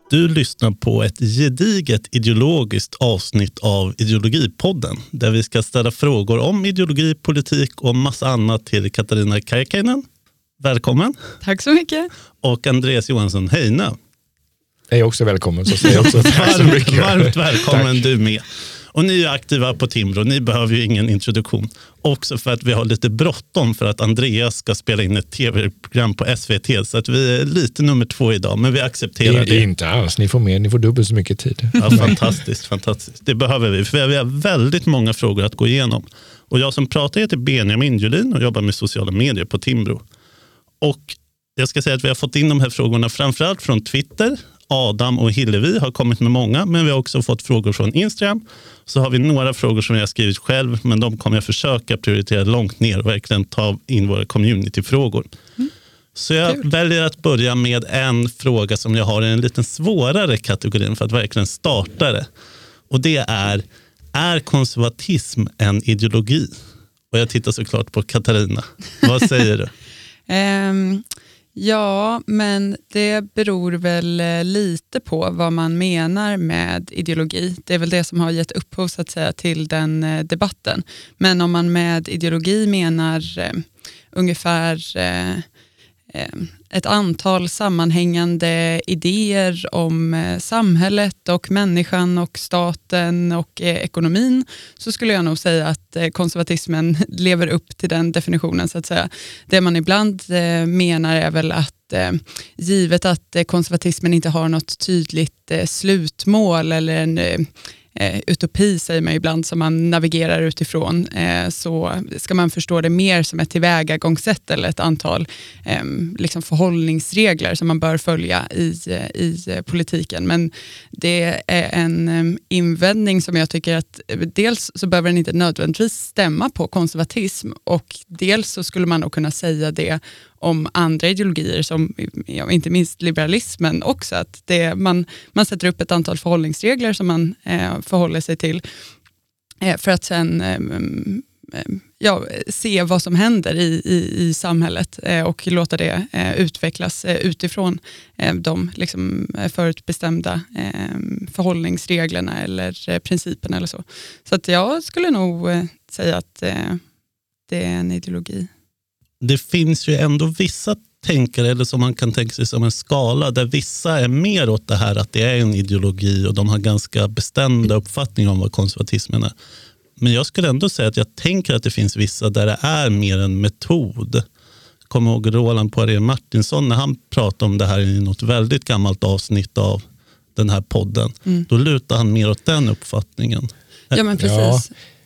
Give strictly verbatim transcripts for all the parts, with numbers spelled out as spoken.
Du lyssnar på ett gediget ideologiskt avsnitt av Ideologipodden där vi ska ställa frågor om ideologi, politik och massa annat till Katarina Karkiainen. Välkommen. Tack så mycket. Och Andreas Johansson Heine. Jag är också välkommen. Så säger jag också tack så mycket. Varmt välkommen Tack. Du med. Och ni är aktiva på Timbro, ni behöver ju ingen introduktion. Också för att vi har lite bråttom för att Andreas ska spela in ett tv-program på S V T. Så att vi är lite nummer två idag, men vi accepterar det. det. Inte alls, ni får mer, ni får dubbelt så mycket tid. Ja, fantastiskt, fantastiskt. Det behöver vi, för vi har väldigt många frågor att gå igenom. Och jag som pratar heter Benjamin Julin och jobbar med sociala medier på Timbro. Och jag ska säga att vi har fått in de här frågorna framförallt från Twitter. Adam och Hillevi har kommit med många, men vi har också fått frågor från Instagram. Så har vi några frågor som jag har skrivit själv, men de kommer jag försöka prioritera långt ner och verkligen ta in våra communityfrågor. Mm. Så jag Kul. väljer att börja med en fråga som jag har i en lite svårare kategorin för att verkligen starta det. Och det är, är konservatism en ideologi? Och jag tittar såklart på Katarina. Vad säger du? um... Ja, men det beror väl lite på vad man menar med ideologi. Det är väl det som har gett upphov så att säga till den debatten. Men om man med ideologi menar eh, ungefär eh, ett antal sammanhängande idéer om eh, samhället och människan och staten och eh, ekonomin, så skulle jag nog säga att eh, konservatismen lever upp till den definitionen så att säga. Det man ibland eh, menar är väl att eh, givet att eh, konservatismen inte har något tydligt eh, slutmål eller en eh, Eh, utopi säger man ibland som man navigerar utifrån, eh, så ska man förstå det mer som ett tillvägagångssätt eller ett antal eh, liksom förhållningsregler som man bör följa i, i politiken. Men det är en eh, invändning som jag tycker att eh, dels så behöver den inte nödvändigtvis stämma på konservatism, och dels så skulle man nog kunna säga det om andra ideologier som ja, inte minst liberalismen också, att det, man, man sätter upp ett antal förhållningsregler som man eh, förhåller sig till eh, för att sen eh, ja, se vad som händer i, i, i samhället eh, och låta det eh, utvecklas eh, utifrån eh, de liksom, förutbestämda eh, förhållningsreglerna eller eh, principerna eller så. Så att jag skulle nog eh, säga att eh, det är en ideologi. Det finns ju ändå vissa tänkare, eller som man kan tänka sig som en skala, där vissa är mer åt det här att det är en ideologi och de har ganska bestämda uppfattningar om vad konservatismen är. Men jag skulle ändå säga att jag tänker att det finns vissa där det är mer en metod. Kom ihåg Roland Poirier Martinsson när han pratade om det här i något väldigt gammalt avsnitt av den här podden. Mm. Då lutar han mer åt den uppfattningen. Ja, men precis. Ja.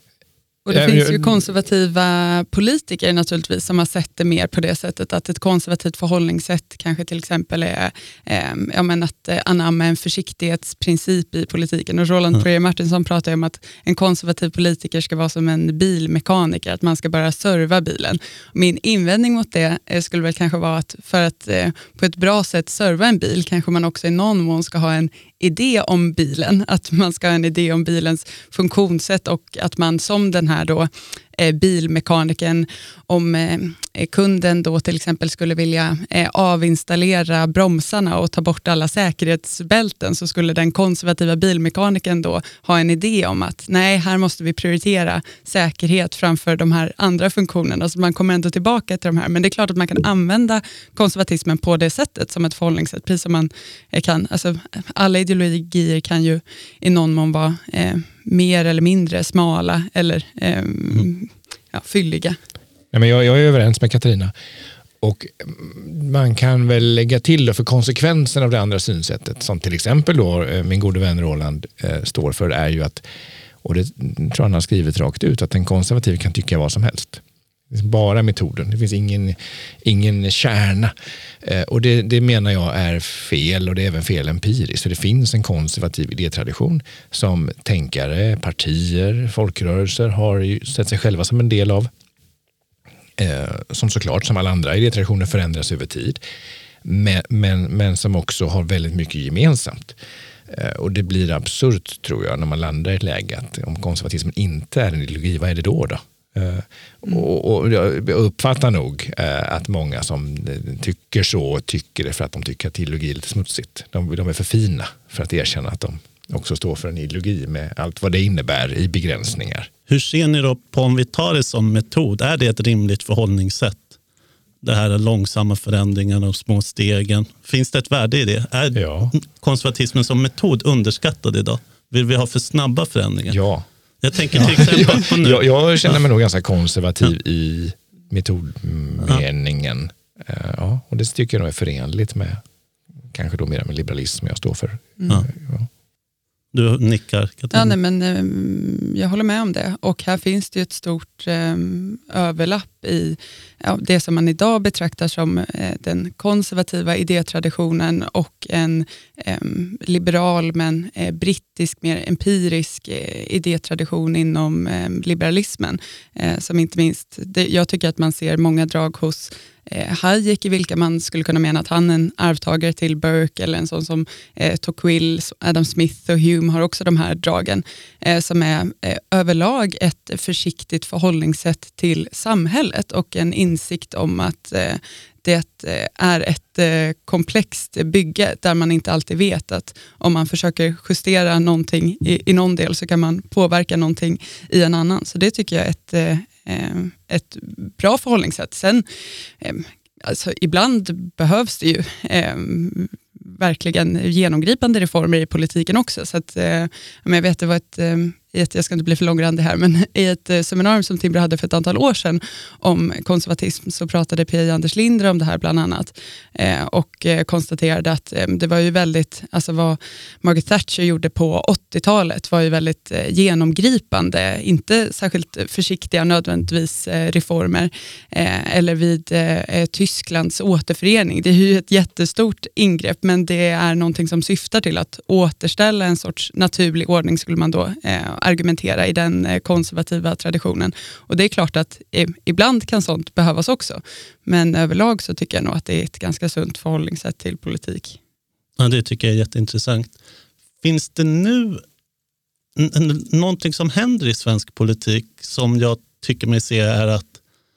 Och det finns ju konservativa politiker naturligtvis som har sett det mer på det sättet att ett konservativt förhållningssätt kanske till exempel är eh, ja, men att eh, anamma en försiktighetsprincip i politiken. Och Roland Poirier Martinsson pratar om att en konservativ politiker ska vara som en bilmekaniker, att man ska bara serva bilen. Min invändning mot det eh, skulle väl kanske vara att för att eh, på ett bra sätt serva en bil kanske man också i någon mån ska ha en idé om bilen, att man ska ha en idé om bilens funktionssätt och att man som den här då eh, bilmekaniken, om eh, kunden då till exempel skulle vilja eh, avinstallera bromsarna och ta bort alla säkerhetsbälten, så skulle den konservativa bilmekaniken då ha en idé om att nej, här måste vi prioritera säkerhet framför de här andra funktionerna. Så man kommer ändå tillbaka till de här, men det är klart att man kan använda konservatismen på det sättet som ett förhållningssätt, precis som man eh, kan, alltså alla ideologier kan ju i någon mån vara eh, mer eller mindre smala eller eh, mm. ja, fylliga. Nej, men jag, jag är överens med Katarina. Och man kan väl lägga till då för konsekvensen av det andra synsättet, som till exempel då min gode vän Roland eh, står för, är ju att, och det tror jag han har skrivit rakt ut, att en konservativ kan tycka vad som helst. Det är bara metoden. Det finns ingen, ingen kärna. Eh, och det, det menar jag är fel, och det är även fel empiriskt. Så det finns en konservativ idétradition som tänkare, partier, folkrörelser har ju sett sig själva som en del av. Eh, som såklart, som alla andra idétraditioner, förändras över tid. Men, men, men som också har väldigt mycket gemensamt. Eh, och det blir absurt, tror jag, när man landar i ett läge att om konservatismen inte är en ideologi, vad är det då då? Uh, mm. och, och jag uppfattar nog uh, att många som tycker så tycker det för att de tycker att ideologi är lite smutsigt. De, de är för fina för att erkänna att de också står för en ideologi med allt vad det innebär i begränsningar. Hur ser ni då på, om vi tar det som metod, är det ett rimligt förhållningssätt? Det här är långsamma förändringar och små stegen. Finns det ett värde i det? Är ja. konservatismen som metod underskattad idag? Vill vi ha för snabba förändringar? Ja. Jag tänker till exempel på nu. Jag, jag känner mig nog ganska konservativ ja. i metodmeningen. Ja. Ja, och det tycker jag nog är förenligt med kanske då mer med liberalism jag står för. Mm. Ja. Ja. Du nickar, Katarina. Ja, nej, men, eh, jag håller med om det. Och här finns det ju ett stort eh, överlapp i ja, det som man idag betraktar som eh, den konservativa idétraditionen och en eh, liberal men eh, brittisk, mer empirisk eh, idétradition inom eh, liberalismen. Eh, som inte minst, det, jag tycker att man ser många drag hos Eh, Hayek, i vilka man skulle kunna mena att han är en arvtagare till Burke, eller en sån som eh, Tocqueville, Adam Smith och Hume har också de här dragen eh, som är eh, överlag ett försiktigt förhållningssätt till samhället och en insikt om att eh, det är ett eh, komplext bygge där man inte alltid vet att om man försöker justera någonting i, i någon del så kan man påverka någonting i en annan. Så det tycker jag är ett eh, ett bra förhållningssätt. Sen, alltså, ibland behövs det ju eh, verkligen genomgripande reformer i politiken också. Så att, eh, jag vet, det var ett, eh, ett, jag ska inte bli för långrandig här, men i ett eh, seminarium som Timbro hade för ett antal år sedan om konservatism så pratade P I Anders Lindre om det här bland annat eh, och eh, konstaterade att eh, det var ju väldigt, alltså vad Margaret Thatcher gjorde på åttiotalet var ju väldigt eh, genomgripande, inte särskilt försiktiga nödvändigtvis eh, reformer eh, eller vid eh, Tysklands återförening. Det är ju ett jättestort ingrepp, men det är någonting som syftar till att återställa en sorts naturlig ordning, skulle man då eh, argumentera i den eh, konservativa traditionen. Och det är klart att eh, ibland kan sånt behövas också. Men överlag så tycker jag nog att det är ett ganska sunt förhållningssätt till politik. Ja, det tycker jag är jätteintressant. Finns det nu n- n- någonting som händer i svensk politik som jag tycker mig se är att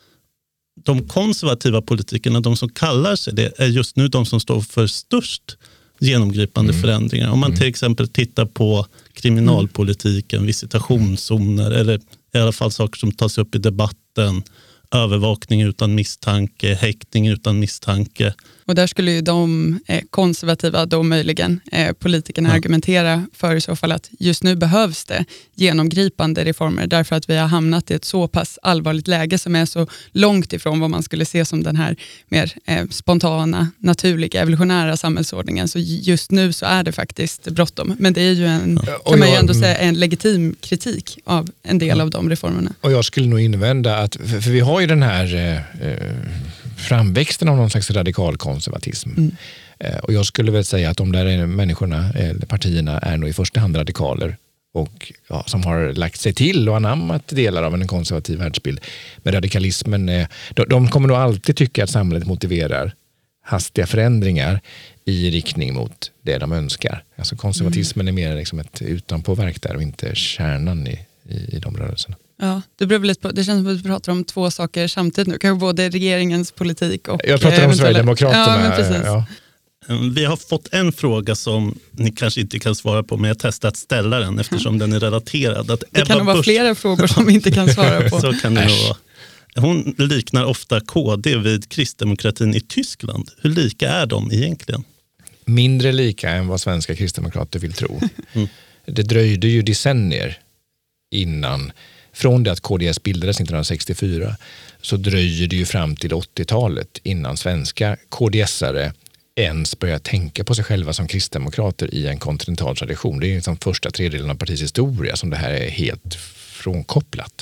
de konservativa politikerna, de som kallar sig det, är just nu de som står för störst genomgripande mm. förändringar. Om man till exempel tittar på kriminalpolitiken, visitationszoner eller i alla fall saker som tas upp i debatten, övervakning utan misstanke, häktning utan misstanke. Och där skulle ju de eh, konservativa, då möjligen eh, politikerna ja. argumentera för i så fall att just nu behövs det genomgripande reformer därför att vi har hamnat i ett så pass allvarligt läge som är så långt ifrån vad man skulle se som den här mer eh, spontana, naturliga, evolutionära samhällsordningen. Så just nu så är det faktiskt bråttom. Men det är ju en, ja. kan man ju ändå säga, en legitim kritik av en del ja. av de reformerna. Och jag skulle nog invända att, för, för vi har ju den här eh, framväxten av någon slags radikal konservatism. Mm. Eh, och jag skulle väl säga att de där människorna, eller partierna, är nog i första hand radikaler och ja, som har lagt sig till och anammat delar av en konservativ världsbild. Men radikalismen, eh, de, de kommer nog alltid tycka att samhället motiverar hastiga förändringar i riktning mot det de önskar. Alltså konservatismen mm. är mer liksom ett utanpåverk där och inte kärnan i, i, i de rörelserna. Ja, det beror lite på, det känns som att vi pratar om två saker samtidigt nu. Kanske både regeringens politik och... Jag pratar om Sverigedemokraterna. Ja, men precis. Ja. Vi har fått en fråga som ni kanske inte kan svara på, men jag testar att ställa den eftersom mm. den är relaterad. Att det Ebba kan nog vara Busch... flera frågor som vi inte kan svara på. Så kan det nog vara. Hon liknar ofta K D vid kristdemokratin i Tyskland. Hur lika är de egentligen? Mindre lika än vad svenska kristdemokrater vill tro. Mm. Det dröjde ju decennier innan... Från det att K D S bildades nittonhundrasextiofyra så dröjer det ju fram till åttiotalet innan svenska K D S-are ens börjar tänka på sig själva som kristdemokrater i en kontinental tradition. Det är liksom första tredjedelen av partiets historia som det här är helt frånkopplat.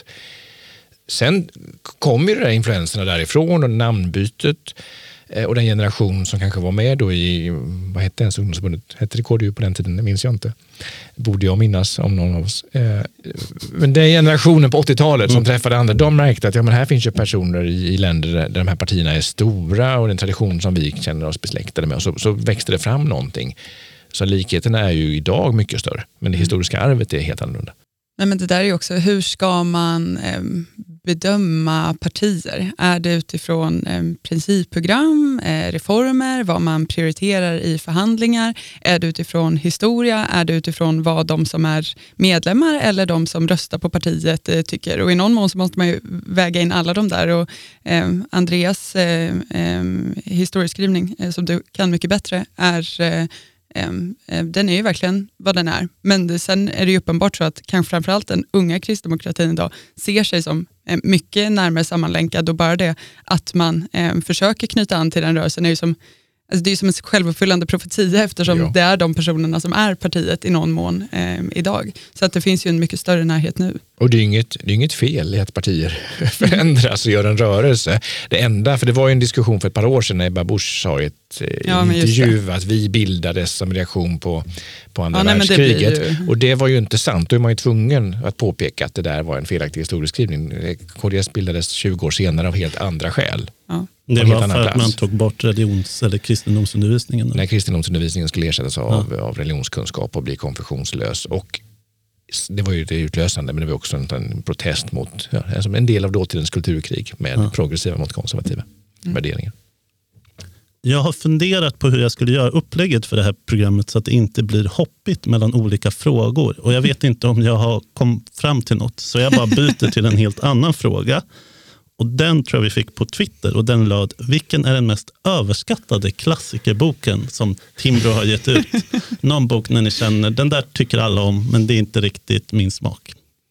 Sen kommer ju de där influenserna därifrån och namnbytet och den generation som kanske var med då i, vad hette ens ungdomsförbundet? Hette det K D U på den tiden? Det minns jag inte. Borde jag minnas om någon av oss. Men den generationen på åttiotalet som mm. träffade andra, de märkte att ja, men här finns ju personer i, i länder där de här partierna är stora och den tradition som vi känner oss besläktade med. Och så, så växte det fram någonting. Så likheten är ju idag mycket större. Men det historiska arvet är helt annorlunda. Nej, men det där är ju också, hur ska man eh, bedöma partier? Är det utifrån eh, principprogram, eh, reformer, vad man prioriterar i förhandlingar? Är det utifrån historia? Är det utifrån vad de som är medlemmar eller de som röstar på partiet eh, tycker? Och i någon mån så måste man ju väga in alla de där. Och, eh, Andreas eh, eh, historieskrivning, eh, som du kan mycket bättre, är... Eh, den är ju verkligen vad den är. Men sen är det ju uppenbart så att kanske framförallt den unga kristdemokratin idag ser sig som mycket närmare sammanlänkad, och bara det att man eh, försöker knyta an till den rörelsen är ju som, alltså det är ju som en självuppfyllande profetia, eftersom ja. det är de personerna som är partiet i någon mån eh, idag. Så att det finns ju en mycket större närhet nu. Och det är inget, det är inget fel i att partier förändras och gör en rörelse. Det enda, för det var ju en diskussion för ett par år sedan när Ebba Busch sa i ett ja, intervju att vi bildades som reaktion på, på andra ja, världskriget. Nej, det ju... Och det var ju inte sant. Då är man ju tvungen att påpeka att det där var en felaktig historieskrivning. K D S bildades tjugo år senare av helt andra skäl. Ja. Det var för att man tog bort religions- eller kristendomsundervisningen. När kristendomsundervisningen skulle ersättas av, ja. av religionskunskap och bli konfessionslös. Och det var ju det utlösande, men det var också en, en protest mot ja, alltså en del av dåtidens kulturkrig med ja. progressiva mot konservativa mm. värderingar. Jag har funderat på hur jag skulle göra upplägget för det här programmet så att det inte blir hoppigt mellan olika frågor. Och jag vet inte om jag har kommit fram till något, så jag bara byter till en helt annan fråga. Och den tror jag vi fick på Twitter, och den löd: vilken är den mest överskattade klassikerboken som Timbro har gett ut? Någon bok när ni känner, den där tycker alla om, men det är inte riktigt min smak.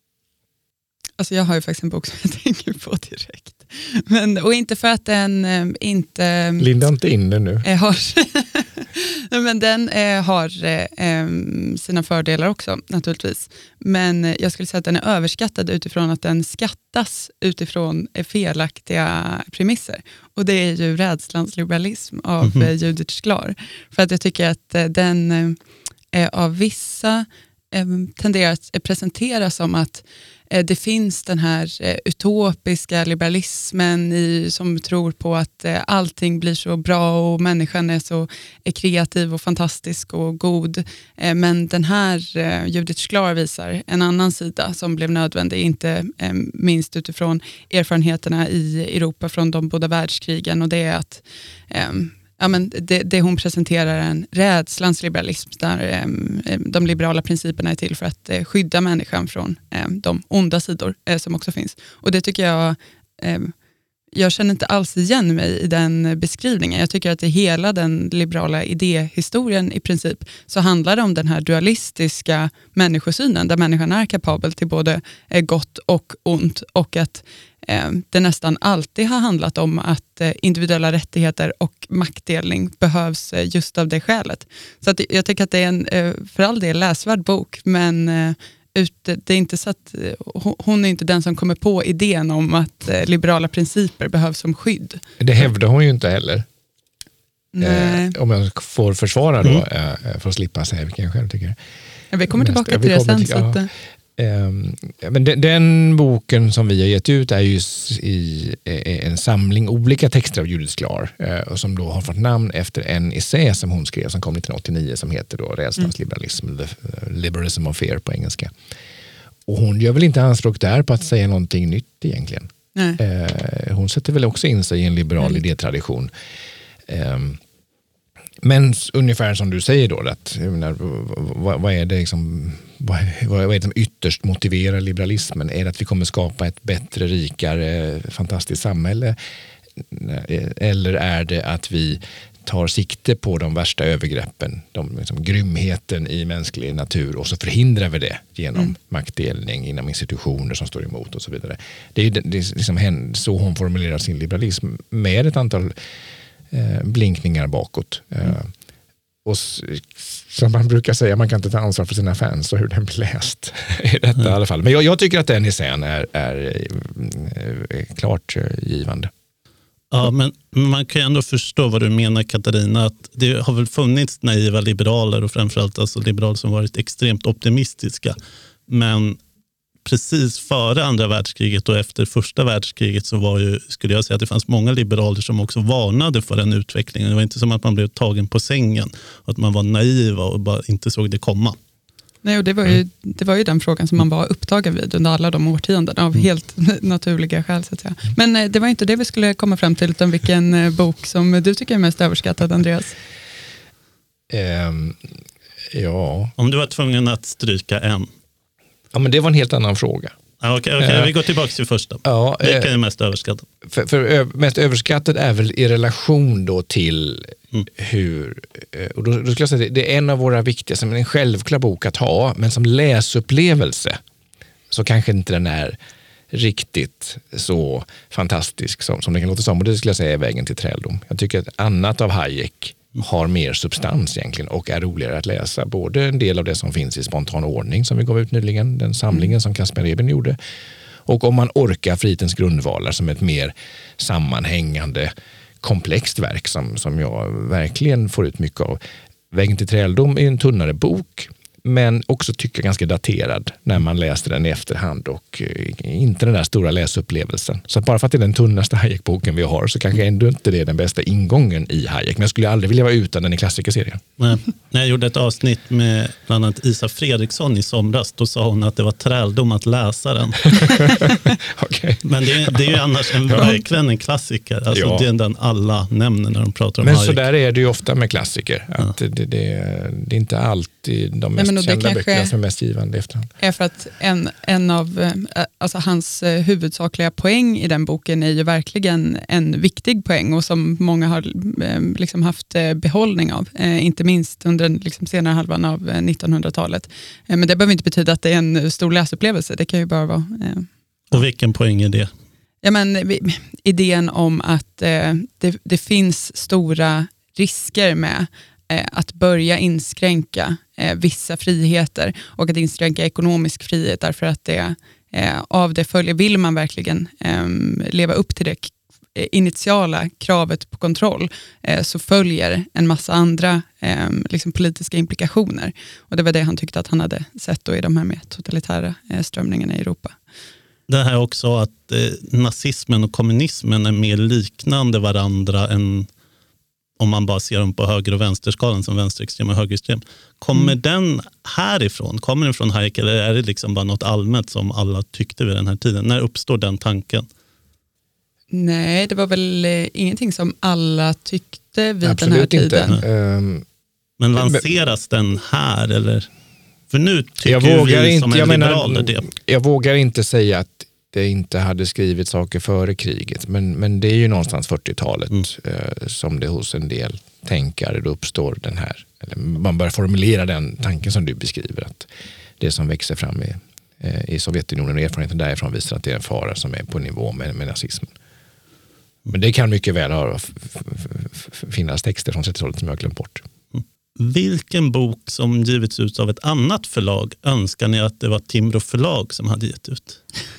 Alltså jag har ju faktiskt en bok som jag tänker på direkt. Men, och inte för att den eh, inte... Linda inte in den nu. Eh, har, men den eh, har eh, sina fördelar också, naturligtvis. Men eh, jag skulle säga att den är överskattad utifrån att den skattas utifrån eh, felaktiga premisser. Och det är ju Rädslans liberalism av mm-hmm. eh, Judith Sklar. För att jag tycker att eh, den eh, av vissa eh, tenderar att presenteras som att det finns den här utopiska liberalismen i, som tror på att allting blir så bra och människan är så är kreativ och fantastisk och god. Men den här Judith Sklar visar en annan sida som blev nödvändig, inte minst utifrån erfarenheterna i Europa från de båda världskrigen, och det är att Ja, men det, det hon presenterar är en rädslans liberalism där eh, de liberala principerna är till för att eh, skydda människan från eh, de onda sidor eh, som också finns. Och det tycker jag, eh, jag känner inte alls igen mig i den beskrivningen. Jag tycker att i hela den liberala idéhistorien i princip så handlar det om den här dualistiska människosynen där människan är kapabel till både eh, gott och ont, och att det nästan alltid har handlat om att individuella rättigheter och maktdelning behövs just av det skälet. Så att jag tycker att det är en för all del läsvärd bok, men det är inte så att hon är inte den som kommer på idén om att liberala principer behövs som skydd. Det hävdar hon ju inte heller. Nej. Eh, om jag får försvara då, mm. för att slippa säga vilken jag själv tycker. Ja, vi kommer tillbaka till det sen. Till, ja. så att, Um, men den, den boken som vi har gett ut är ju i, är en samling olika texter av Judith Sklar uh, och som då har fått namn efter en essä som hon skrev som kom nittonhundraåttionio som heter då Rädslans mm. liberalism, the liberalism of fear på engelska. Och hon gör väl inte anspråk där på att säga någonting nytt egentligen. Nej. Uh, hon sätter väl också in sig i en liberal mm. idétradition. Um, Men ungefär som du säger då, att, menar, vad, vad är det liksom, vad, vad är det som ytterst motiverar liberalismen? Är det att vi kommer skapa ett bättre, rikare, fantastiskt samhälle? Eller är det att vi tar sikte på de värsta övergreppen, de, liksom, grymheten i mänsklig natur, och så förhindrar vi det genom mm. maktdelning inom institutioner som står emot och så vidare. Det är, det är liksom så hon formulerar sin liberalism med ett antal blinkningar bakåt. Mm. Och som man brukar säga, man kan inte ta ansvar för sina fans och hur den blir läst i detta mm. i alla fall. Men jag, jag tycker att den essän är, är, är klart givande. Ja, men man kan ju ändå förstå vad du menar, Katarina, att det har väl funnits naiva liberaler och framförallt alltså liberaler som varit extremt optimistiska. Men precis före andra världskriget och efter första världskriget så var ju, skulle jag säga, att det fanns många liberaler som också varnade för den utvecklingen. Det var inte som att man blev tagen på sängen och att man var naiv och bara inte såg det komma. Nej, och det var, ju, det var ju den frågan som man var upptagen vid under alla de årtionden av helt naturliga skäl. Så att säga. Men eh, det var inte det vi skulle komma fram till, utan vilken eh, bok som du tycker är mest överskattad, Andreas? Um, ja. Om du var tvungen att stryka en. Ja, men det var en helt annan fråga. Ah, Okej, okay, okay. uh, vi går tillbaka till första. Ja, Vilka är mest överskattad? För, för ö, mest överskattad är väl i relation då till mm. hur... Och då, då skulle jag säga att det är en av våra viktigaste, men en självklar bok att ha, men som läsupplevelse så kanske inte den är riktigt så fantastisk som, som den kan låta som. Och det skulle jag säga är Vägen till träldom. Jag tycker att annat av Hayek har mer substans egentligen och är roligare att läsa. Både en del av det som finns i Spontan ordning som vi gav ut nyligen, den samlingen som Caspar Reben gjorde. Och om man orkar Frihetens grundvalar som ett mer sammanhängande komplext verk som, som jag verkligen får ut mycket av. Vägen till träldom är en tunnare bok, men också tycker jag ganska daterad när man läste den i efterhand och eh, inte den där stora läsupplevelsen. Så bara för att det är den tunnaste Hayek-boken vi har så kanske ändå inte det är den bästa ingången i Hayek. Men jag skulle aldrig vilja vara utan den i klassikerserien. Nej. När jag gjorde ett avsnitt med bland annat Isa Fredriksson i somras, då sa hon att det var träldom att läsa den. Okay. Men det är, det är ju annars en, verkligen en klassiker. Alltså ja. Det är den alla nämner när de pratar om Men Hayek. Så där är det ju ofta med klassiker. Att ja. det, det, det är inte alltid de mest Nej, kända böckerna som är mest givande efterhand. Är för att en, en av alltså hans huvudsakliga poäng i den boken är ju verkligen en viktig poäng och som många har liksom haft behållning av. Inte minst under den liksom senare halvan av nittonhundratalet. Men det behöver inte betyda att det är en stor läsupplevelse. Det kan ju bara vara... Och vilken poäng är det? Ja, men, idén om att eh, det, det finns stora risker med eh, att börja inskränka eh, vissa friheter och att inskränka ekonomisk frihet därför att det, eh, av det följer, vill man verkligen eh, leva upp till det initiala kravet på kontroll eh, så följer en massa andra eh, liksom politiska implikationer. Och det var det han tyckte att han hade sett då i de här med totalitära eh, strömningarna i Europa. Det här också att eh, nazismen och kommunismen är mer liknande varandra än om man bara ser dem på höger- och vänsterskalan som vänsterextrem och högerextrem. Kommer mm. den härifrån? Kommer den från Hayek eller är det liksom bara något allmänt som alla tyckte vid den här tiden? När uppstår den tanken? Nej, det var väl eh, ingenting som alla tyckte vid Absolut den här tiden. Inte. Um, Men lanseras men, den här eller... För nu tycker jag vågar vi inte, som en jag liberal menar, det. Jag vågar inte säga att det inte hade skrivit saker före kriget. Men, men det är ju någonstans fyrtiotalet mm. eh, som det hos en del tänkare då uppstår den här. Eller man börjar formulera den tanken som du beskriver. Att det som växer fram i, eh, i Sovjetunionen och erfarenheten därifrån visar att det är en fara som är på nivå med, med nazismen. Men det kan mycket väl ha f- f- f- finnas texter från trettiotalet som jag har glömt bort. Vilken bok som givits ut av ett annat förlag önskar ni att det var Timbro förlag som hade gett ut?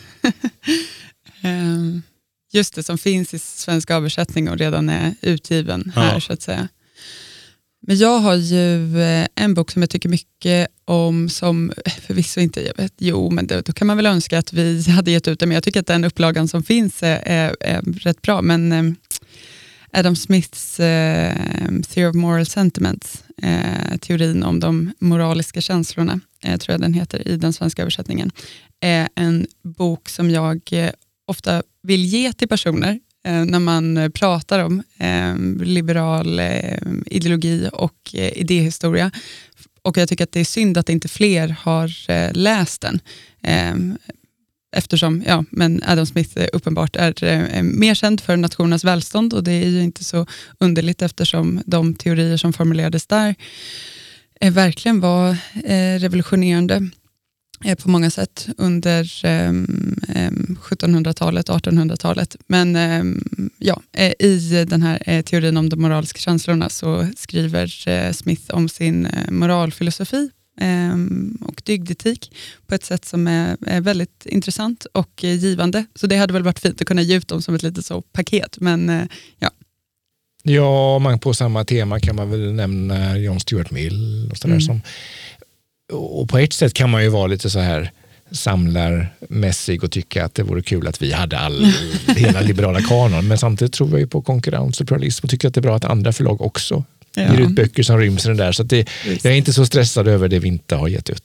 um, just det, som finns i svensk översättning och redan är utgiven här ja. Så att säga. Men jag har ju en bok som jag tycker mycket om som förvisso inte, jag vet, jo men det, då kan man väl önska att vi hade gett ut det, men jag tycker att den upplagan som finns är, är, är rätt bra. Men um, Adam Smiths uh, Theory of Moral Sentiments, uh, teorin om de moraliska känslorna, uh, tror jag den heter i den svenska översättningen, är en bok som jag uh, ofta vill ge till personer uh, när man pratar om uh, liberal uh, ideologi och uh, idéhistoria. Och jag tycker att det är synd att inte fler har uh, läst den. Uh, Eftersom ja, men Adam Smith uppenbart är eh, mer känd för nationernas välstånd och det är ju inte så underligt eftersom de teorier som formulerades där eh, verkligen var eh, revolutionerande eh, på många sätt under eh, eh, sjuttonhundratalet, artonhundratalet. Men eh, ja, eh, i den här eh, teorin om de moraliska känslorna så skriver eh, Smith om sin eh, moralfilosofi och dygdetik på ett sätt som är, är väldigt intressant och givande. Så det hade väl varit fint att kunna ge ut dem som ett litet så paket. Men ja. Ja, man på samma tema kan man väl nämna John Stuart Mill och sådär mm. som. Och på ett sätt kan man ju vara lite så här samlarmässig och tycka att det vore kul att vi hade all hela liberala kanon. Men samtidigt tror jag ju på konkurrens och pluralism och tycker att det är bra att andra förlag också ja. ger ut böcker som ryms i den där. Så att det, jag är inte så stressad över det vi inte har gett ut.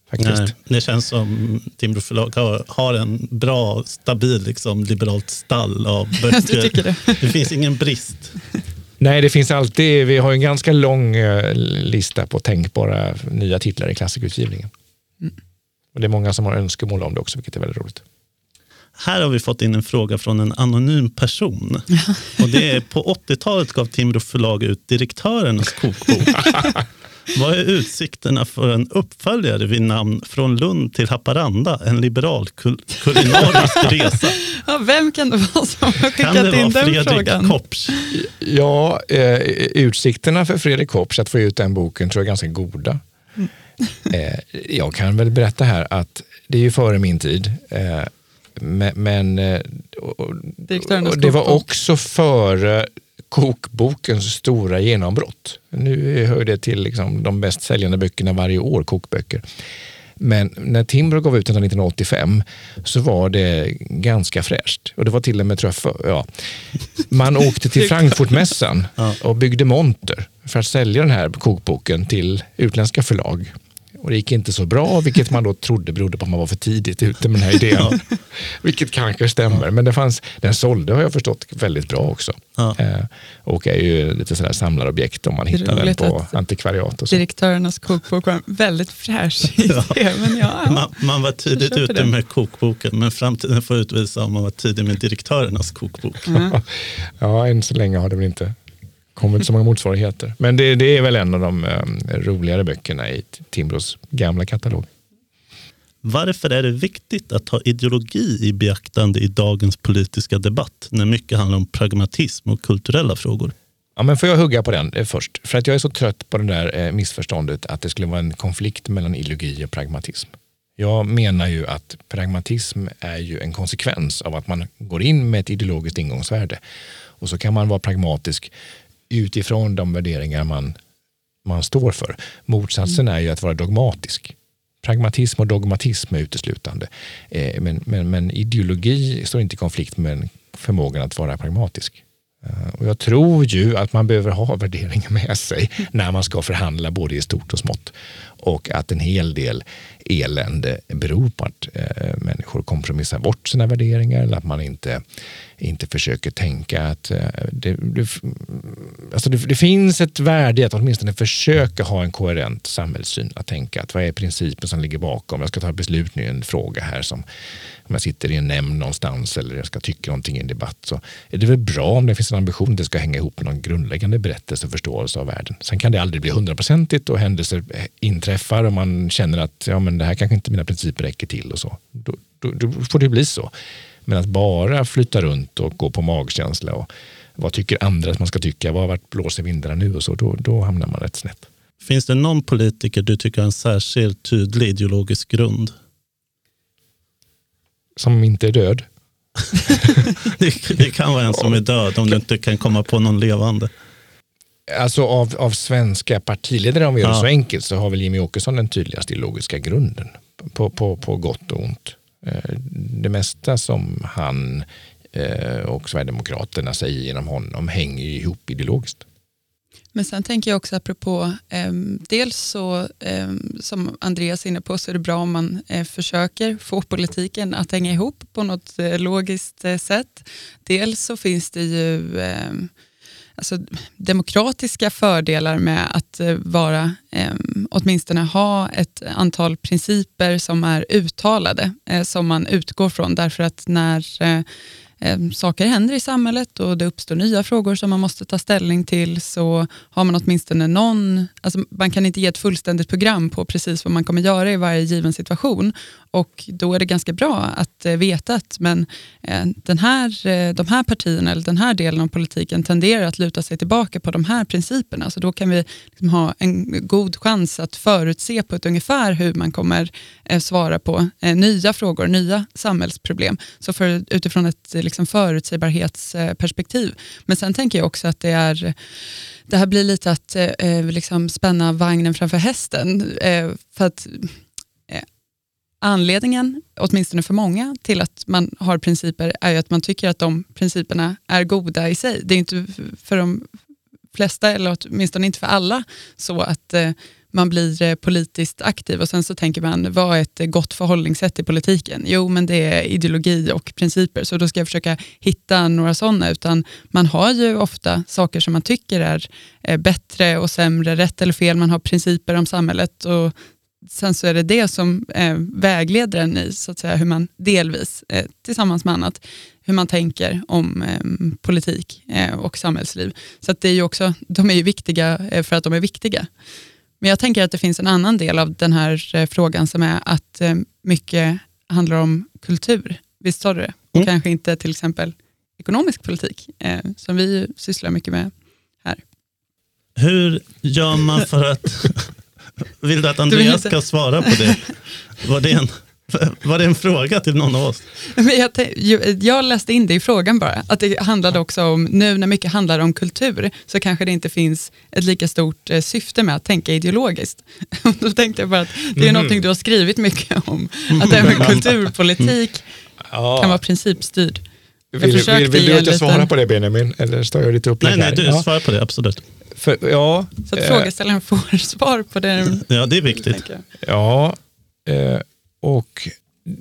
faktiskt. Nej, det känns som Timbro förlag har, har en bra, stabil, liksom, liberalt stall av böcker. Du tycker det? Det finns ingen brist. Nej, det finns alltid, vi har en ganska lång eh, lista på tänkbara nya titlar i klassikutgivningen. Mm. Och det är många som har önskemål om det också, vilket är väldigt roligt. Här har vi fått in en fråga från en anonym person. Och det är på åttiotalet gav Timbro förlag ut Direktörernas kokbok. Vad är utsikterna för en uppföljare vid namn Från Lund till Haparanda? En liberal kul- kulinarisk resa. Ja, vem kan det vara som har skickat kan det in vara den Fredrik frågan? Kopsch? Ja, eh, utsikterna för Fredrik Kopsch att få ut den boken tror jag är ganska goda. Mm. eh, jag kan väl berätta här att det är ju före min tid. Eh, men men och, och det var också före kokbokens stora genombrott. Nu hör det till liksom de bäst säljande böckerna varje år, kokböcker. Men när Timbro gav ut den nittonhundraåttiofem så var det ganska fräscht. Och det var till och med tröffa. Ja. Man åkte till Frankfurtmässan och byggde monter för att sälja den här kokboken till utländska förlag. Och det gick inte så bra, vilket man då trodde berodde på att man var för tidigt ute med den här idén. Ja. Vilket kanske stämmer, ja. Men det fanns, den sålde har jag förstått väldigt bra också. Ja. Eh, och är ju lite sådär samlarobjekt om man hittar den på antikvariat. Och så. Direktörernas kokbok var väldigt fräsch idé. Ja. Men ja, ja. Man, man var tidigt ute det. med kokboken, men framtiden får utvisa om man var tidig med Direktörernas kokbok. Mm. Ja, än så länge har det väl inte kommit så många motsvarigheter. Men det, det är väl en av de um, roligare böckerna i Timbros gamla katalog. Varför är det viktigt att ha ideologi i beaktande i dagens politiska debatt när mycket handlar om pragmatism och kulturella frågor? Ja, men får jag hugga på den eh, först? För att jag är så trött på det där eh, missförståndet att det skulle vara en konflikt mellan ideologi och pragmatism. Jag menar ju att pragmatism är ju en konsekvens av att man går in med ett ideologiskt ingångsvärde. Och så kan man vara pragmatisk utifrån de värderingar man, man står för. Motsatsen är ju att vara dogmatisk. Pragmatism och dogmatism är uteslutande. Eh, men, men, men ideologi står inte i konflikt med förmågan att vara pragmatisk. Uh, och jag tror ju att man behöver ha värderingar med sig när man ska förhandla både i stort och smått. Och att en hel del elände beror på att uh, människor kompromissar bort sina värderingar eller att man inte, inte försöker tänka att uh, det, det, alltså det, det finns ett värde i att åtminstone försöka ha en koherent samhällssyn. Att tänka att vad är principen som ligger bakom? Jag ska ta ett beslut nu i en fråga här som om jag sitter i en nämnd någonstans eller jag ska tycka någonting i en debatt så är det väl bra om det finns en ambition att det ska hänga ihop med någon grundläggande berättelse och förståelse av världen. Sen kan det aldrig bli hundraprocentigt och händelser inträffar och man känner att ja, men det här kanske inte mina principer räcker till och så. Då, då, då får det bli så. Men att bara flytta runt och gå på magkänsla och vad tycker andra att man ska tycka, vad har varit blåser vindarna nu och så, då, då hamnar man rätt snett. Finns det någon politiker du tycker har en särskilt tydlig ideologisk grund? Som inte är död. det, det kan vara en som är död om du inte kan komma på någon levande. Alltså av, av svenska partiledare, om vi gör det ja. så enkelt, så har väl Jimmie Åkesson den tydligaste ideologiska grunden på, på, på gott och ont. Det mesta som han och Sverigedemokraterna säger genom honom hänger ihop ideologiskt. Men sen tänker jag också apropå, eh, dels så eh, som Andreas är inne på så är det bra om man eh, försöker få politiken att hänga ihop på något eh, logiskt eh, sätt. Dels så finns det ju eh, alltså, demokratiska fördelar med att eh, vara, eh, åtminstone ha ett antal principer som är uttalade, eh, som man utgår från därför att när eh, saker händer i samhället och det uppstår nya frågor som man måste ta ställning till så har man åtminstone någon, alltså man kan inte ge ett fullständigt program på precis vad man kommer göra i varje given situation och då är det ganska bra att veta att men den här, de här partierna eller den här delen av politiken tenderar att luta sig tillbaka på de här principerna så då kan vi liksom ha en god chans att förutse på ett ungefär hur man kommer svara på nya frågor, nya samhällsproblem. Så för, utifrån ett liksom förutsägbarhetsperspektiv. Men sen tänker jag också att det är det här blir lite att eh, liksom spänna vagnen framför hästen eh, för att eh, anledningen, åtminstone för många, till att man har principer är ju att man tycker att de principerna är goda i sig. Det är inte för de flesta, eller åtminstone inte för alla, så att eh, man blir eh, politiskt aktiv och sen så tänker man, vad är ett gott förhållningssätt i politiken? Jo, men det är ideologi och principer, så då ska jag försöka hitta några sådana, utan man har ju ofta saker som man tycker är eh, bättre och sämre, rätt eller fel, man har principer om samhället och sen så är det det som eh, vägleder en i så att säga, hur man delvis eh, tillsammans med annat, hur man tänker om eh, politik eh, och samhällsliv. Så att det är ju också, de är ju viktiga eh, för att de är viktiga. Men jag tänker att det finns en annan del av den här eh, frågan som är att eh, mycket handlar om kultur. Visst sa du det? Och mm. kanske inte till exempel ekonomisk politik eh, som vi sysslar mycket med här. Hur gör man för att... Vill du att Andreas ska svara på det? Var det en, var det en fråga till någon av oss? Men jag, jag läste in det i frågan bara. Att det handlade också om, nu när mycket handlar om kultur så kanske det inte finns ett lika stort eh, syfte med att tänka ideologiskt. Då tänkte jag bara att det är mm. någonting du har skrivit mycket om. Att det här med kulturpolitik mm. kan vara principstyrd. Vill, vill, vill, vill du inte liten... svara på det, Benjamin? Eller står jag lite upp? Nej, nej, du ja. svarar på det, absolut. För, ja, så att frågeställaren får svar på det. Ja, det är viktigt. Ja, eh, och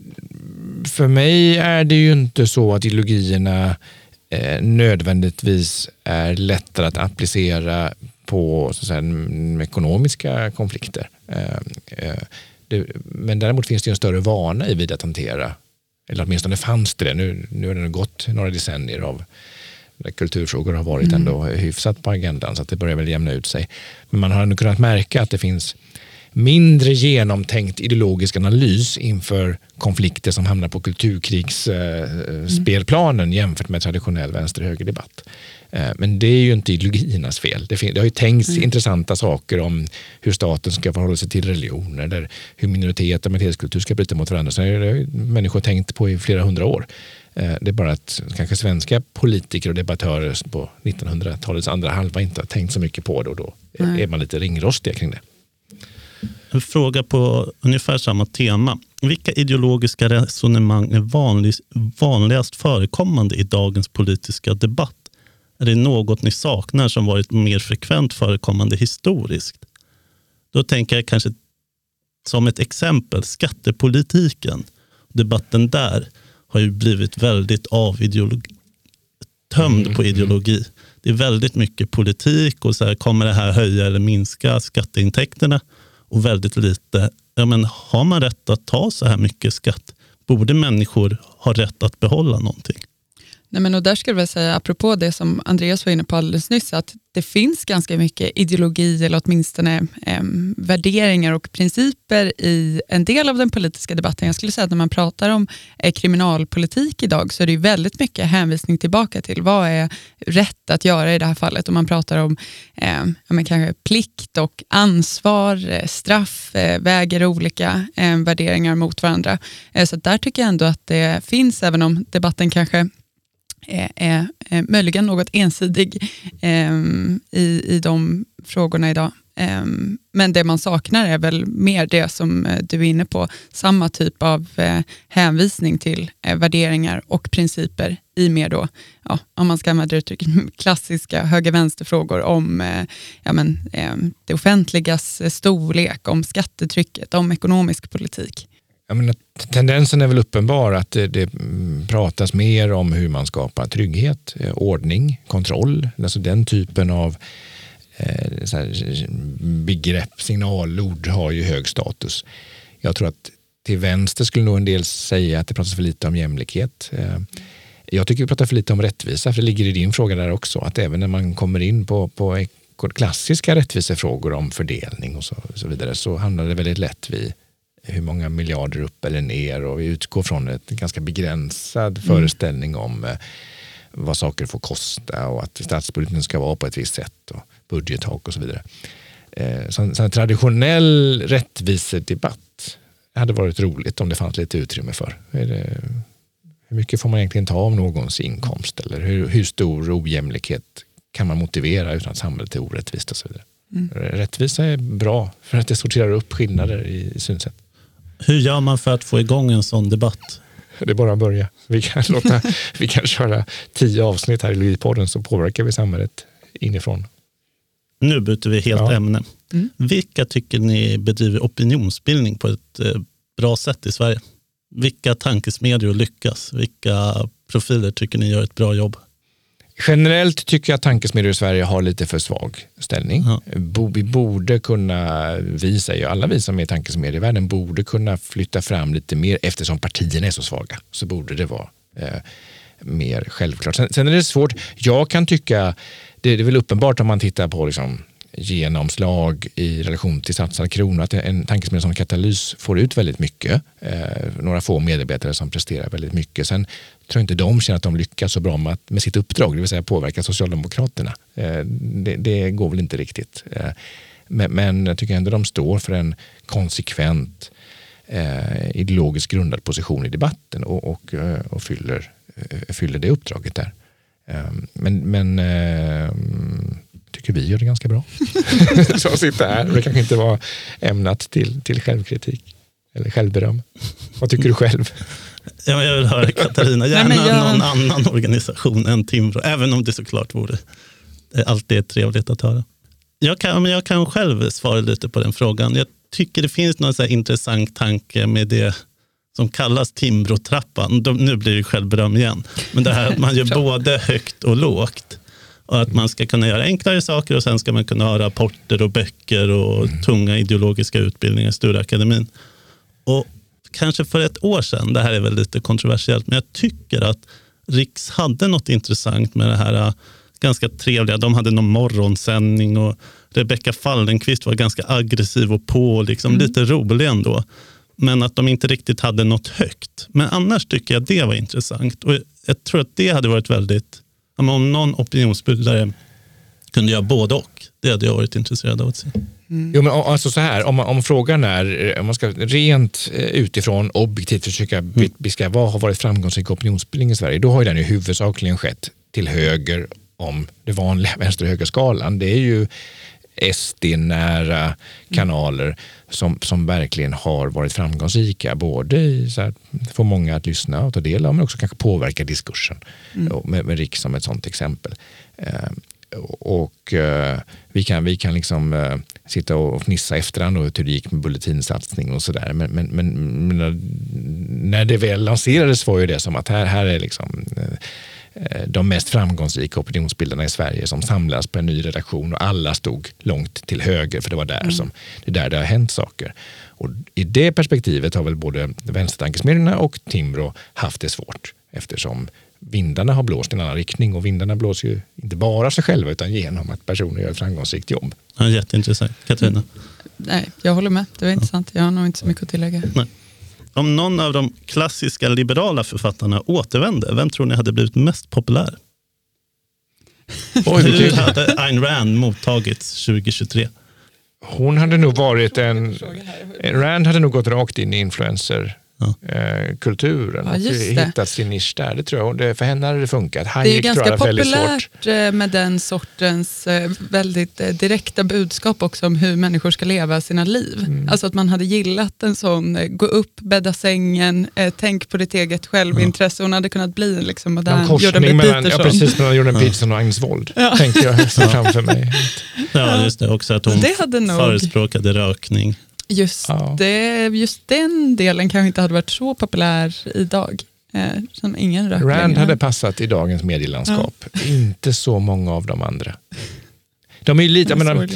för mig är det ju inte så att ideologierna eh, nödvändigtvis är lättare att applicera på så att säga, ekonomiska konflikter. Eh, eh, det, men däremot finns det ju en större vana i vid att hantera, eller åtminstone fanns det det. Nu, nu har det gått några decennier av kulturfrågor har varit mm. ändå hyfsat på agendan, så att det börjar väl jämna ut sig. Men man har ändå kunnat märka att det finns mindre genomtänkt ideologisk analys inför konflikter som hamnar på kulturkrigsspelplanen eh, mm. jämfört med traditionell vänster-högerdebatt. Eh, men det är ju inte ideologiernas fel. Det, fin- det har ju tänkts mm. intressanta saker om hur staten ska förhålla sig till religion eller hur minoritet och majoritetskultur ska bryta mot varandra. Så det har människor tänkt på i flera hundra år. Det är bara att kanske svenska politiker och debattörer på nittonhundratalets andra halva inte har tänkt så mycket på det, och då Nej. är man lite ringrostig kring det. En fråga på ungefär samma tema. Vilka ideologiska resonemang är vanligast, vanligast förekommande i dagens politiska debatt? Är det något ni saknar som varit mer frekvent förekommande historiskt? Då tänker jag kanske som ett exempel skattepolitiken. Debatten där har ju blivit väldigt avideologi, tömd mm, på ideologi. Mm. Det är väldigt mycket politik och så här, kommer det här höja eller minska skatteintäkterna, och väldigt lite, ja men har man rätt att ta så här mycket skatt? Borde människor ha rätt att behålla någonting? Nej, men och där skulle jag säga, apropå det som Andreas var inne på alldeles nyss, att det finns ganska mycket ideologi eller åtminstone eh, värderingar och principer i en del av den politiska debatten. Jag skulle säga att när man pratar om eh, kriminalpolitik idag så är det ju väldigt mycket hänvisning tillbaka till vad är rätt att göra i det här fallet. Och man pratar om eh, ja, men kanske plikt och ansvar, eh, straff, eh, väger olika eh, värderingar mot varandra. Eh, så där tycker jag ändå att det finns, även om debatten kanske är, är, är möjligen något ensidig eh, i, i de frågorna idag. Eh, men det man saknar är väl mer det som eh, du är inne på, samma typ av eh, hänvisning till eh, värderingar och principer i mer då, ja, om man ska använda uttrycket, klassiska höger-vänster-frågor om eh, ja, men, eh, det offentligas storlek, om skattetrycket, om ekonomisk politik. Jag menar, tendensen är väl uppenbar att det, det pratas mer om hur man skapar trygghet, ordning, kontroll. Alltså den typen av eh, så här, begrepp, signalord har ju hög status. Jag tror att till vänster skulle nog en del säga att det pratas för lite om jämlikhet. Eh, jag tycker vi pratar för lite om rättvisa, för det ligger i din fråga där också. Att även när man kommer in på, på klassiska rättvisefrågor om fördelning och så, och så vidare, så handlar det väldigt lätt vid hur många miljarder upp eller ner, och vi utgår från ett ganska begränsad mm. föreställning om eh, vad saker får kosta och att statsbudgeten ska vara på ett visst sätt och budgettak och så vidare. Eh, så, så en traditionell rättvisedebatt hade varit roligt om det fanns lite utrymme för. Är det, hur mycket får man egentligen ta av någons inkomst, eller hur, hur stor ojämlikhet kan man motivera utan att samhället är orättvist och så vidare. Mm. Rättvisa är bra för att det sorterar upp skillnader i, i synsätt. Hur gör man för att få igång en sån debatt? Det är bara att börja. Vi kan, låta, vi kan köra tio avsnitt här i Logipodden, så påverkar vi samhället inifrån. Nu byter vi helt Ja. ämne. Mm. Vilka tycker ni bedriver opinionsbildning på ett eh, bra sätt i Sverige? Vilka tankesmedjor lyckas? Vilka profiler tycker ni gör ett bra jobb? Generellt tycker jag att tankesmedjor i Sverige har lite för svag ställning. Ja. Bo, vi borde kunna, vi säger alla vi som är tankesmedievärlden, borde kunna flytta fram lite mer eftersom partierna är så svaga. Så borde det vara eh, mer självklart. Sen, sen är det svårt. Jag kan tycka, det, det är väl uppenbart om man tittar på liksom, genomslag i relation till satsade kronor, att en tankesmedja som Katalys får ut väldigt mycket. Eh, några få medarbetare som presterar väldigt mycket. Sen tror jag inte de känner att de lyckas så bra med, att, med sitt uppdrag, det vill säga påverka Socialdemokraterna. Eh, det, det går väl inte riktigt. Eh, men, men jag tycker ändå de står för en konsekvent eh, ideologiskt grundad position i debatten och, och, och fyller, fyller det uppdraget där. Eh, men men eh, tycker vi gör det ganska bra. Så att sitta här, och det kanske inte var ämnat till, till självkritik eller självberöm. Vad tycker du själv? Ja, jag vill höra Katarina, gärna Nej, jag... någon annan organisation än Timbro, även om det såklart vore alltid trevligt att höra. Jag kan, men jag kan själv svara lite på den frågan. Jag tycker det finns någon så här intressant tanke med det som kallas Timbro-trappan. De, nu blir det självberöm igen. Men det här att man gör både högt och lågt. Och att man ska kunna göra enklare saker och sen ska man kunna ha rapporter och böcker och mm. tunga ideologiska utbildningar i Stureakademin. Och kanske för ett år sedan, det här är väl lite kontroversiellt, men jag tycker att Riks hade något intressant med det här ganska trevliga. De hade någon morgonsändning och Rebecka Fallenkvist var ganska aggressiv och på, liksom mm. lite rolig ändå. Men att de inte riktigt hade något högt. Men annars tycker jag det var intressant. Och jag tror att det hade varit väldigt, om någon opinionsbildare kunde göra både och. Det hade jag varit intresserad av att se. Mm. Jo, men alltså så här, om, om frågan är, om man ska rent utifrån objektivt försöka mm. beska vad har varit framgångsrik opinionsbildning i Sverige, då har ju den ju huvudsakligen skett till höger om det vanliga vänster- och högerskalan. Det är ju S D-nära kanaler som, som verkligen har varit framgångsrika, både i så här, få många att lyssna och ta del av, men också kanske påverka diskursen. Mm. Med, med Riks som ett sånt exempel. Eh, och eh, vi kan, vi kan liksom eh, sitta och fnissa efterhand och hur det gick med bulletinsatsning och sådär. Men, men, men, men när det väl lanserades var ju det som att här, här är liksom eh, de mest framgångsrika opinionsbildarna i Sverige som samlas på en ny redaktion och alla stod långt till höger, för det var där mm. som det där det har hänt saker. Och i det perspektivet har väl både vänstertankesmedjorna och Timbro haft det svårt, eftersom vindarna har blåst i en annan riktning, och vindarna blåser ju inte bara sig själva utan genom att personer gör ett framgångsrikt jobb. Ja, jätteintressant. Katarina? Mm. Nej, jag håller med. Det var intressant. Jag har nog inte så mycket att tillägga. Nej. Om någon av de klassiska liberala författarna återvände, vem tror ni hade blivit mest populär? Oj, hur hade Ayn Rand mottagits tjugo tjugotre? Hon hade nog varit en... Rand hade nog gått rakt in i influencer. Ja. kulturen ja, och hittat sin nisch där. Det tror jag. Det, för henne hade det funkat. Hayek, det är ganska populärt med den sortens väldigt direkta budskap också om hur människor ska leva sina liv. Mm. Alltså att man hade gillat en sån, gå upp, bädda sängen, tänk på ditt eget självintresse. Hon hade kunnat bli liksom modern Jordan B. Mellan, Peterson. Ja, precis, mellan Jordan Peterson och Agnes Wold. Ja. Tänkte jag framför mig. Ja, just det. Också att hon det hade nog... förespråkade rökning. Just, ja. det, just den delen kanske inte hade varit så populär idag. Eh, som ingen rök Rand längre. hade passat i dagens medielandskap. Ja. Inte så många av de andra. De är lite, jag menar,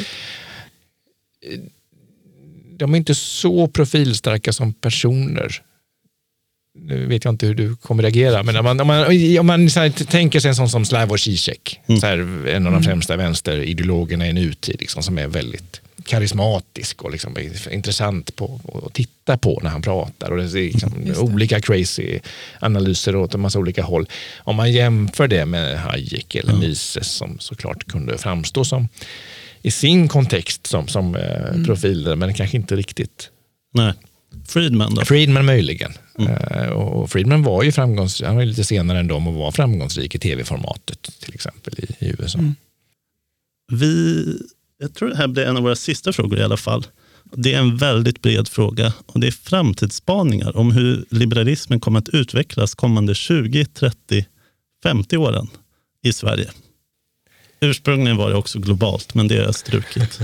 de är inte så profilstarka som personer. Nu vet jag inte hur du kommer reagera, men om man, om man, om man så här, tänker sig en sån som Slavoj Žižek, mm. så här, en av de främsta vänsterideologerna i en nutid, liksom, som är väldigt karismatisk och liksom intressant på att titta på när han pratar, och det är liksom det. olika crazy analyser åt en massa olika håll. Om man jämför det med Hayek eller mm. Mises, som såklart kunde framstå som i sin kontext som, som mm. profiler, men kanske inte riktigt. Nej. Friedman då? Friedman möjligen. Mm. Uh, och Friedman var ju framgångsrik, han var lite senare än dem och var framgångsrik i tv-formatet till exempel i, i U S A. Mm. Vi, jag tror det här blir en av våra sista frågor i alla fall. Det är en väldigt bred fråga, och det är framtidsspaningar om hur liberalismen kommer att utvecklas kommande tjugo, trettio, femtio åren i Sverige. Ursprungligen var det också globalt, men det är strukit.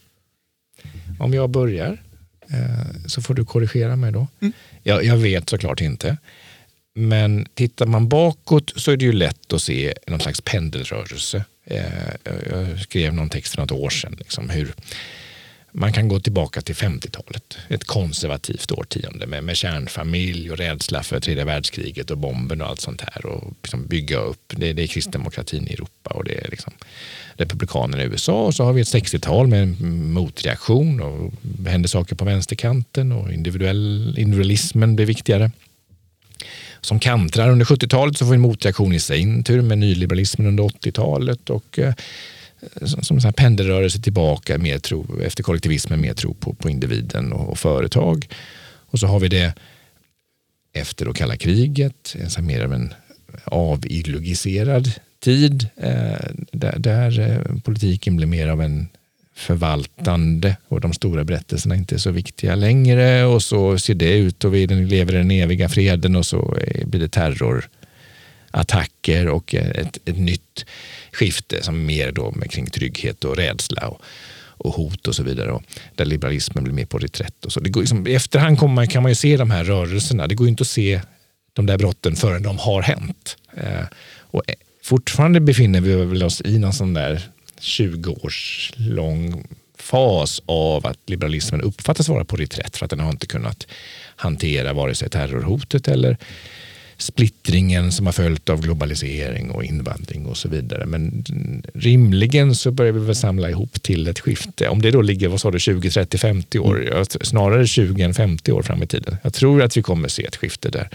Om jag börjar eh, så får du korrigera mig då. Mm. Jag, jag vet såklart inte. Men tittar man bakåt så är det ju lätt att se någon slags pendelrörelse. Eh, jag skrev någon text för något år sedan. Liksom, hur man kan gå tillbaka till femtiotalet. Ett konservativt årtionde med, med kärnfamilj och rädsla för tredje världskriget och bomben och allt sånt här. Och liksom bygga upp. Det, det är kristdemokratin i Europa och det är liksom republikanerna i U S A. Och så har vi ett sextiotal med en motreaktion och det händer saker på vänsterkanten och individuell, individualismen blir viktigare. Som kantrar under sjuttiotalet så får vi en motreaktion i sin tur med nyliberalismen under åttiotalet och eh, som en pendelrörelse tillbaka mer tro, efter kollektivismen mer tro på, på individen och, och företag. Och så har vi det efter och kalla kriget, en så mer av en avideologiserad tid eh, där, där eh, politiken blir mer av en förvaltande och de stora berättelserna inte är så viktiga längre och så ser det ut och vi lever i den eviga freden och så blir det terrorattacker och ett, ett nytt skifte som mer då med kring trygghet och rädsla och, och hot och så vidare och där liberalismen blir mer på reträtt och så. Det går liksom, i efterhand kommer man, kan man ju se de här rörelserna. Det går ju inte att se de där brotten förrän de har hänt. Eh, och fortfarande befinner vi oss i någon sån där tjugo års lång fas av att liberalismen uppfattas vara på reträtt för att den har inte kunnat hantera vare sig terrorhotet eller splittringen som har följt av globalisering och invandring och så vidare. Men rimligen så börjar vi väl samla ihop till ett skifte. Om det då ligger, vad sa du, tjugo, trettio, femtio år, snarare tjugo än femtio år fram i tiden. Jag tror att vi kommer se ett skifte där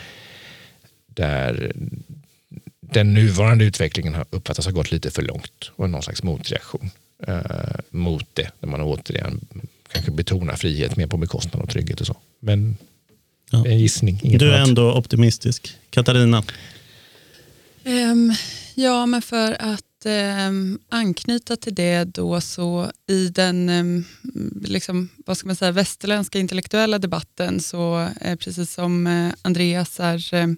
där den nuvarande utvecklingen har uppfattats ha gått lite för långt och någon slags motreaktion eh, mot det. Där man återigen kanske betonar frihet mer på bekostnad av trygghet och så. Men ja. En gissning. Inget du är annat. ändå optimistisk. Katarina? Um, ja, men för att um, anknyta till det då så i den um, liksom, vad ska man säga, västerländska intellektuella debatten så eh, precis som eh, Andreas är eh,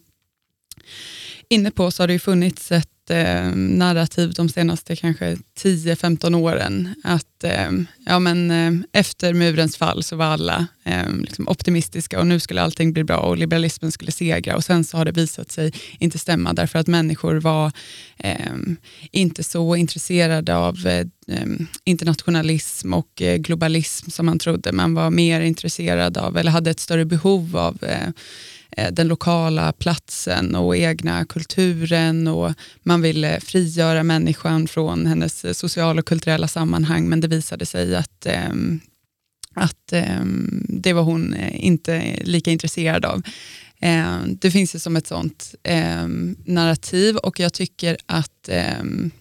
inne på så har det ju funnits ett eh, narrativ de senaste kanske tio femton åren att eh, ja, men, eh, efter murens fall så var alla eh, liksom optimistiska och nu skulle allting bli bra och liberalismen skulle segra och sen så har det visat sig inte stämma därför att människor var eh, inte så intresserade av eh, internationalism och eh, globalism som man trodde. Man var mer intresserad av eller hade ett större behov av eh, den lokala platsen och egna kulturen och man ville frigöra människan från hennes sociala och kulturella sammanhang men det visade sig att, ähm, att ähm, det var hon inte lika intresserad av. Ähm, det finns ju som ett sånt ähm, narrativ och jag tycker att ähm,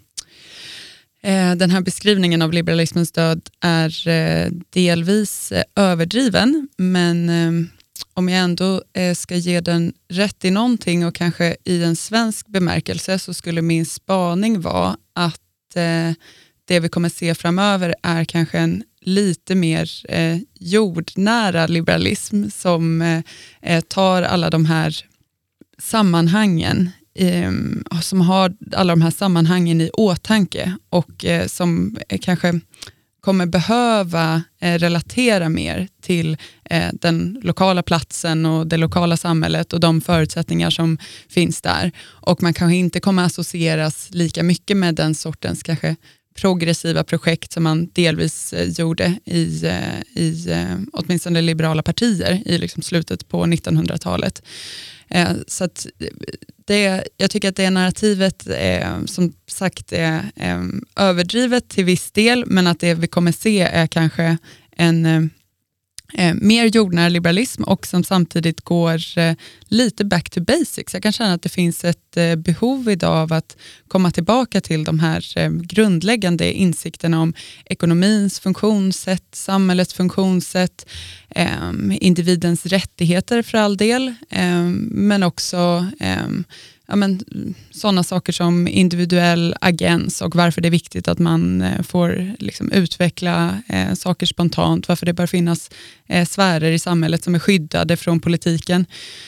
äh, den här beskrivningen av liberalismens död är äh, delvis äh, överdriven men äh, om jag ändå eh, ska ge den rätt i någonting och kanske i en svensk bemärkelse så skulle min spaning vara att eh, det vi kommer se framöver är kanske en lite mer eh, jordnära liberalism som eh, tar alla de här sammanhangen eh, som har alla de här sammanhangen i åtanke och eh, som eh, kanske kommer behöva eh, relatera mer till eh, den lokala platsen och det lokala samhället och de förutsättningar som finns där. Och man kanske inte kommer associeras lika mycket med den sortens kanske progressiva projekt som man delvis eh, gjorde i, eh, i eh, åtminstone liberala partier i liksom slutet på nittonhundratalet. Eh, så att det, jag tycker att det narrativet eh, som sagt är eh, överdrivet till viss del men att det vi kommer se är kanske en eh, mer jordnära liberalism och som samtidigt går eh, lite back to basics. Jag kan känna att det finns ett eh, behov idag av att komma tillbaka till de här eh, grundläggande insikterna om ekonomins funktionssätt, samhällets funktionssätt, eh, individens rättigheter för all del, eh, men också eh, ja, men, sådana saker som individuell agens och varför det är viktigt att man eh, får liksom, utveckla eh, saker spontant, varför det bör finnas eh, sfärer i samhället som är skyddade från politiken.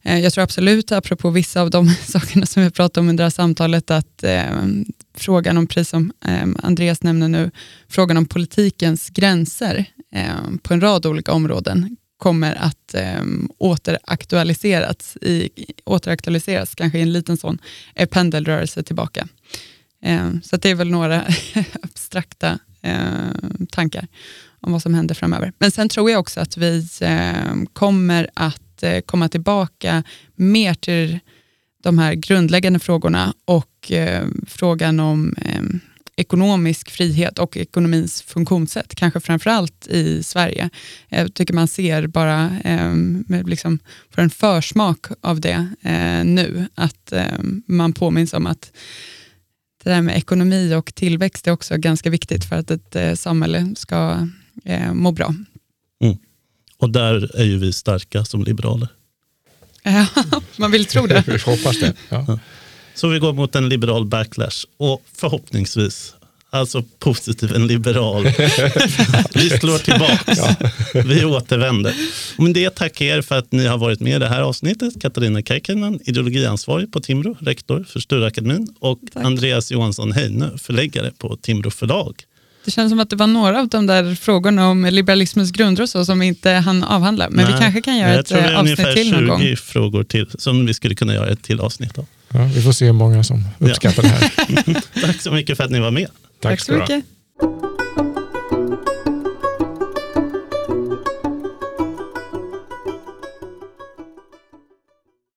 Jag tror absolut, apropå vissa av de sakerna som vi pratade om under det här samtalet, att eh, frågan om, precis som eh, Andreas nämner nu, frågan om politikens gränser eh, på en rad olika områden kommer att eh, återaktualiseras, i, återaktualiseras kanske i en liten sån eh, pendelrörelse tillbaka. Eh, så att det är väl några abstrakta eh, tankar om vad som händer framöver. Men sen tror jag också att vi eh, kommer att komma tillbaka mer till de här grundläggande frågorna och eh, frågan om eh, ekonomisk frihet och ekonomins funktionssätt, kanske framförallt i Sverige. Jag tycker man ser bara eh, liksom för en försmak av det eh, nu, att eh, man påminns om att det där med ekonomi och tillväxt är också ganska viktigt för att ett eh, samhälle ska eh, må bra. Mm. Och där är ju vi starka som liberaler. Ja, man vill tro det. Vi hoppas det. Ja. Ja. Så vi går mot en liberal backlash. Och förhoppningsvis, alltså positiv, en liberal. Vi slår tillbaka. Ja. Vi återvänder. Och med det tackar er för att ni har varit med i det här avsnittet. Katarina Kaikkonen, ideologiansvarig på Timbro, rektor för Sturakademin. Och Tack. Andreas Johansson Heine, förläggare på Timbro förlag. Det känns som att det var några av de där frågorna om liberalismens grunder och så som vi inte hann avhandla. Men Nej, vi kanske kan göra ett avsnitt till någon gång. Jag tror det är ungefär tjugo frågor till som vi skulle kunna göra ett till avsnitt av. Ja, vi får se hur många som uppskattar ja. det här. Tack så mycket för att ni var med. Tack, Tack så mycket.